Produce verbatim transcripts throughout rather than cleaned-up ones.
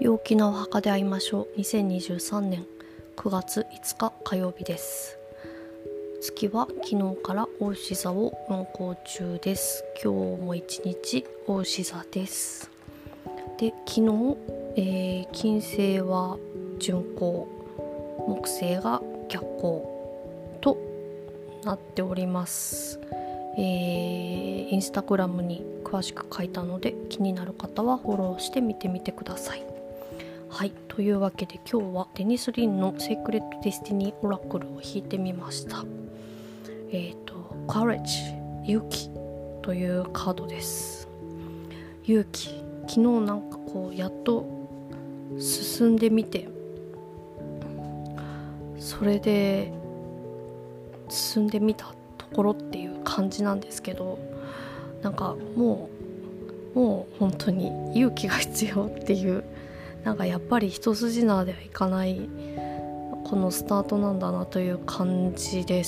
陽気なお墓で会いましょう。にせんにじゅうさんねんくがついつか火曜日です。月は昨日から牡牛座を運行中です。今日も一日牡牛座です。で、昨日、えー、金星は順行、木星が逆行となっております。えー、インスタグラムに詳しく書いたので、気になる方はフォローして見てみてください。はい、というわけで今日はデニス・リンのセークレット・ディスティニー・オラクルを引いてみました。えっと、Courage、勇気というカードです。勇気、昨日なんかこうやっと進んでみて、それで進んでみたところっていう感じなんですけど、なんかもうもう本当に勇気が必要っていう、なんかやっぱり一筋縄ではいかないこのスタートなんだなという感じです。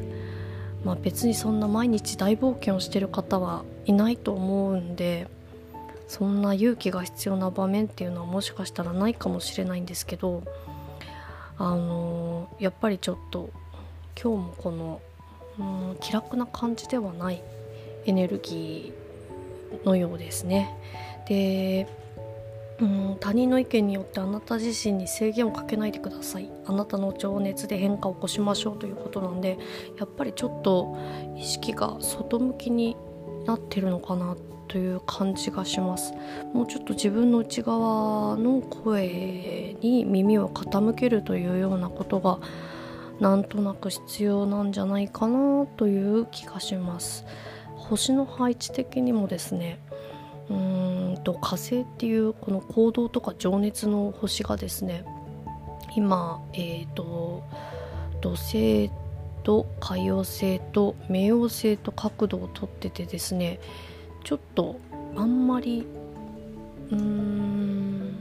まあ別にそんな毎日大冒険をしてる方はいないと思うんで、そんな勇気が必要な場面っていうのはもしかしたらないかもしれないんですけど、あのー、やっぱりちょっと今日もこのうん気楽な感じではないエネルギーのようですね。で、うん他人の意見によってあなた自身に制限をかけないでください。あなたの情熱で変化を起こしましょうということなんで、やっぱりちょっと意識が外向きになってるのかなという感じがします。もうちょっと自分の内側の声に耳を傾けるというようなことがなんとなく必要なんじゃないかなという気がします。星の配置的にもですね、うーんと火星っていうこの行動とか情熱の星がですね、今、えーと土星と海王星と冥王星と角度をとっててですね、ちょっとあんまりうーん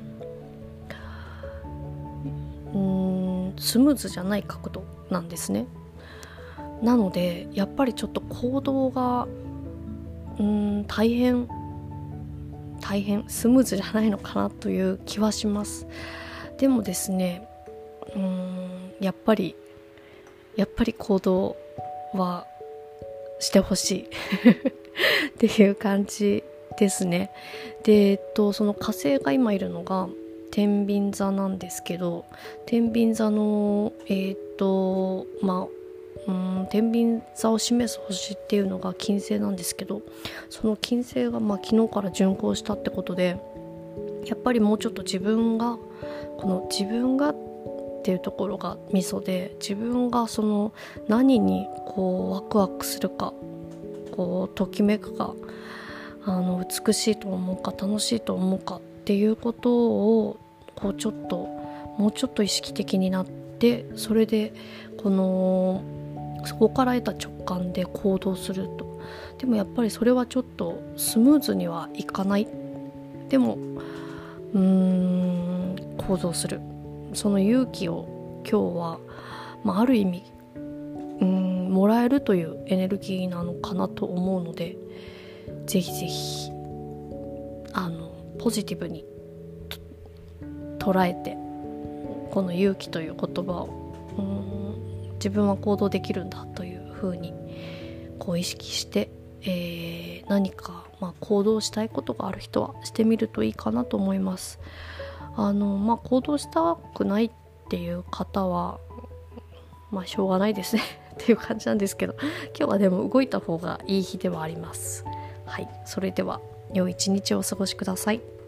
うーんスムーズじゃない角度なんですね。なのでやっぱりちょっと行動がうーん大変大変スムーズじゃないのかなという気はします。でもですね、うーんやっぱりやっぱり行動はしてほしいっていう感じですね。で、えっと、その火星が今いるのが天秤座なんですけど、天秤座のえっとまあうん天秤座を示す星っていうのが金星なんですけど、その金星がまあ昨日から巡行したってことで、やっぱりもうちょっと自分がこの自分がっていうところがミソで、自分がその何にこうワクワクするか、こうときめくか、あの美しいと思うか楽しいと思うかっていうことをこうちょっともうちょっと意識的になって、それでこのそこから得た直感で行動すると。でもやっぱりそれはちょっとスムーズにはいかない。でもうーん行動する、その勇気を今日は、まあ、ある意味うーんもらえるというエネルギーなのかなと思うので、ぜひぜひあのポジティブに捉えて、この勇気という言葉をうーん自分は行動できるんだというふうにこう意識して、えー、何か、まあ、行動したいことがある人はしてみるといいかなと思います。あの、まあ、行動したくないっていう方は、まあ、しょうがないですねっていう感じなんですけど、今日はでも動いた方がいい日ではあります。はい、それでは良い一日をお過ごしください。